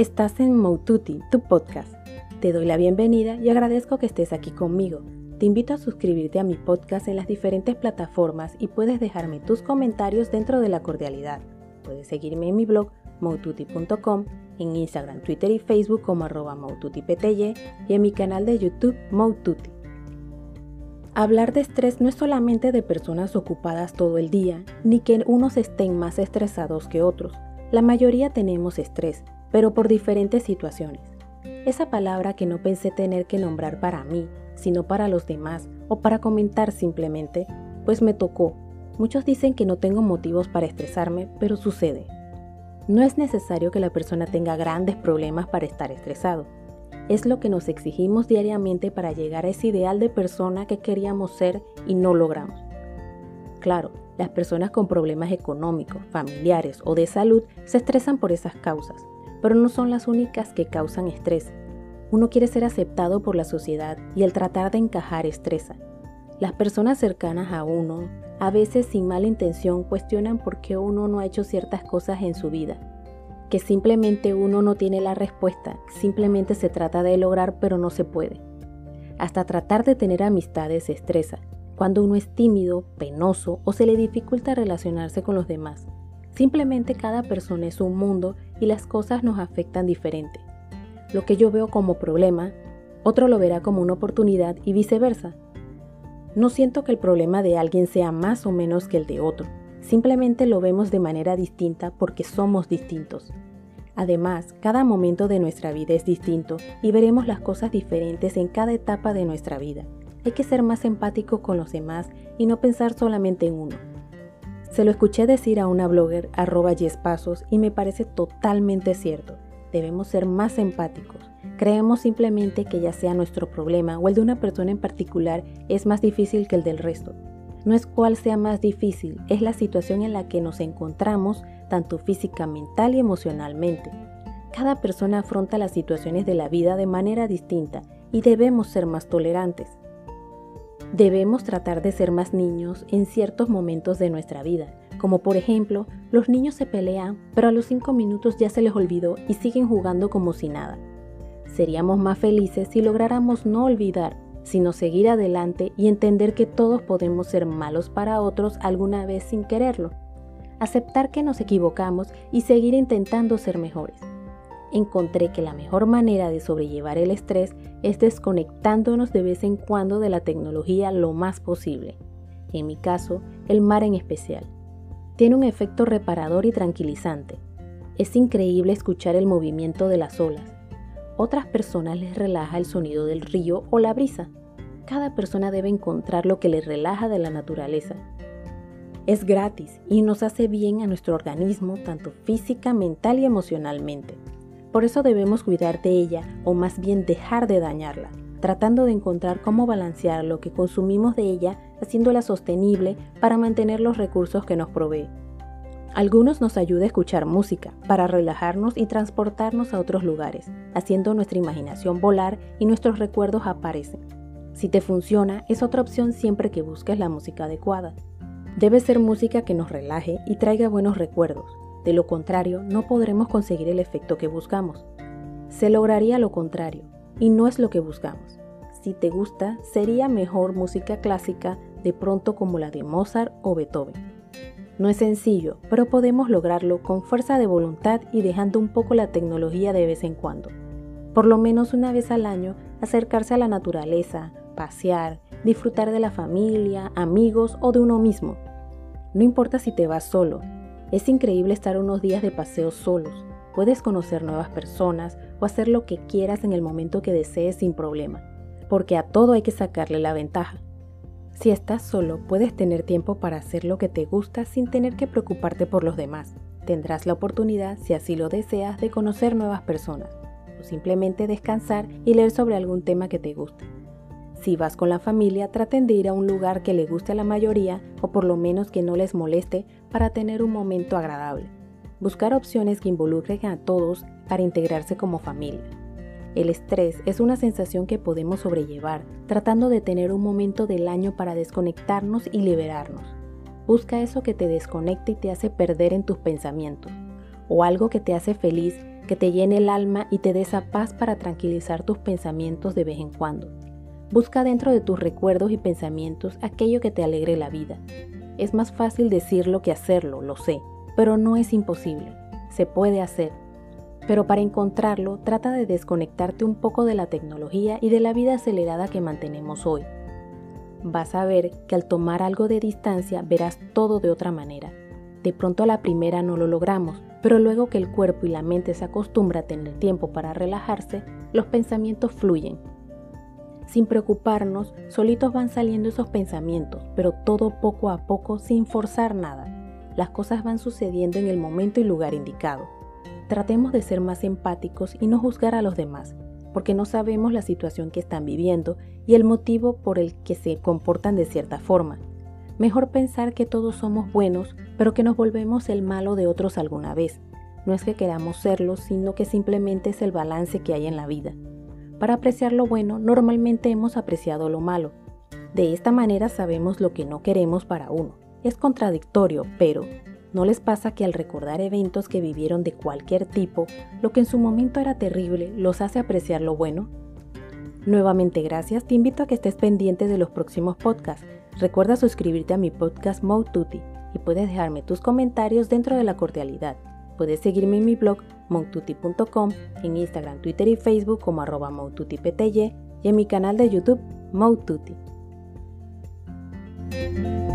Estás en Moututi, tu podcast. Te doy la bienvenida y agradezco que estés aquí conmigo. Te invito a suscribirte a mi podcast en las diferentes plataformas y puedes dejarme tus comentarios dentro de la cordialidad. Puedes seguirme en mi blog moututi.com, en Instagram, Twitter y Facebook como @moututipty y en mi canal de YouTube Moututi. Hablar de estrés no es solamente de personas ocupadas todo el día, ni que unos estén más estresados que otros. La mayoría tenemos estrés, pero por diferentes situaciones. Esa palabra que no pensé tener que nombrar para mí, sino para los demás o para comentar simplemente, pues me tocó. Muchos dicen que no tengo motivos para estresarme, pero sucede. No es necesario que la persona tenga grandes problemas para estar estresado. Es lo que nos exigimos diariamente para llegar a ese ideal de persona que queríamos ser y no logramos. Claro, las personas con problemas económicos, familiares o de salud se estresan por esas causas, pero no son las únicas que causan estrés. Uno quiere ser aceptado por la sociedad y el tratar de encajar estresa. Las personas cercanas a uno, a veces sin mala intención, cuestionan por qué uno no ha hecho ciertas cosas en su vida. Que simplemente uno no tiene la respuesta, simplemente se trata de lograr pero no se puede. Hasta tratar de tener amistades se estresa, cuando uno es tímido, penoso o se le dificulta relacionarse con los demás. Simplemente cada persona es un mundo y las cosas nos afectan diferente. Lo que yo veo como problema, otro lo verá como una oportunidad y viceversa. No siento que el problema de alguien sea más o menos que el de otro. Simplemente lo vemos de manera distinta porque somos distintos. Además, cada momento de nuestra vida es distinto y veremos las cosas diferentes en cada etapa de nuestra vida. Hay que ser más empáticos con los demás y no pensar solamente en uno. Se lo escuché decir a una blogger @yespasos y me parece totalmente cierto. Debemos ser más empáticos. Creemos simplemente que ya sea nuestro problema o el de una persona en particular es más difícil que el del resto. No es cuál sea más difícil, es la situación en la que nos encontramos tanto física, mental y emocionalmente. Cada persona afronta las situaciones de la vida de manera distinta y debemos ser más tolerantes. Debemos tratar de ser más niños en ciertos momentos de nuestra vida, como por ejemplo, los niños se pelean, pero a los 5 minutos ya se les olvidó y siguen jugando como si nada. Seríamos más felices si lográramos no olvidar, sino seguir adelante y entender que todos podemos ser malos para otros alguna vez sin quererlo. Aceptar que nos equivocamos y seguir intentando ser mejores. Encontré que la mejor manera de sobrellevar el estrés es desconectándonos de vez en cuando de la tecnología lo más posible. En mi caso, el mar en especial. Tiene un efecto reparador y tranquilizante. Es increíble escuchar el movimiento de las olas. Otras personas les relaja el sonido del río o la brisa. Cada persona debe encontrar lo que les relaja de la naturaleza. Es gratis y nos hace bien a nuestro organismo, tanto física, mental y emocionalmente. Por eso debemos cuidar de ella, o más bien dejar de dañarla, tratando de encontrar cómo balancear lo que consumimos de ella, haciéndola sostenible para mantener los recursos que nos provee. Algunos nos ayuda a escuchar música, para relajarnos y transportarnos a otros lugares, haciendo nuestra imaginación volar y nuestros recuerdos aparecen. Si te funciona, es otra opción siempre que busques la música adecuada. Debe ser música que nos relaje y traiga buenos recuerdos. De lo contrario, no podremos conseguir el efecto que buscamos. Se lograría lo contrario, y no es lo que buscamos. Si te gusta, sería mejor música clásica, de pronto como la de Mozart o Beethoven. No es sencillo, pero podemos lograrlo con fuerza de voluntad y dejando un poco la tecnología de vez en cuando. Por lo menos una vez al año, acercarse a la naturaleza, pasear, disfrutar de la familia, amigos o de uno mismo. No importa si te vas solo. Es increíble estar unos días de paseo solos. Puedes conocer nuevas personas o hacer lo que quieras en el momento que desees sin problema, porque a todo hay que sacarle la ventaja. Si estás solo, puedes tener tiempo para hacer lo que te gusta sin tener que preocuparte por los demás. Tendrás la oportunidad, si así lo deseas, de conocer nuevas personas, o simplemente descansar y leer sobre algún tema que te guste. Si vas con la familia, traten de ir a un lugar que le guste a la mayoría o por lo menos que no les moleste para tener un momento agradable. Buscar opciones que involucren a todos para integrarse como familia. El estrés es una sensación que podemos sobrellevar tratando de tener un momento del año para desconectarnos y liberarnos. Busca eso que te desconecta y te hace perder en tus pensamientos, o algo que te hace feliz que te llene el alma y te dé esa paz para tranquilizar tus pensamientos de vez en cuando. Busca dentro de tus recuerdos y pensamientos aquello que te alegre la vida. Es más fácil decirlo que hacerlo, lo sé, pero no es imposible. Se puede hacer. Pero para encontrarlo, trata de desconectarte un poco de la tecnología y de la vida acelerada que mantenemos hoy. Vas a ver que al tomar algo de distancia verás todo de otra manera. De pronto a la primera no lo logramos, pero luego que el cuerpo y la mente se acostumbran a tener tiempo para relajarse, los pensamientos fluyen. Sin preocuparnos, solitos van saliendo esos pensamientos, pero todo poco a poco sin forzar nada. Las cosas van sucediendo en el momento y lugar indicado. Tratemos de ser más empáticos y no juzgar a los demás, porque no sabemos la situación que están viviendo y el motivo por el que se comportan de cierta forma. Mejor pensar que todos somos buenos, pero que nos volvemos el malo de otros alguna vez. No es que queramos serlo, sino que simplemente es el balance que hay en la vida. Para apreciar lo bueno, normalmente hemos apreciado lo malo. De esta manera sabemos lo que no queremos para uno. Es contradictorio, pero ¿no les pasa que al recordar eventos que vivieron de cualquier tipo, lo que en su momento era terrible los hace apreciar lo bueno? Nuevamente gracias, te invito a que estés pendiente de los próximos podcasts. Recuerda suscribirte a mi podcast Mode Tutti y puedes dejarme tus comentarios dentro de la cordialidad. Puedes seguirme en mi blog modetutti.com, en Instagram, Twitter y Facebook como @modetuttipty y en mi canal de YouTube Mode Tutti.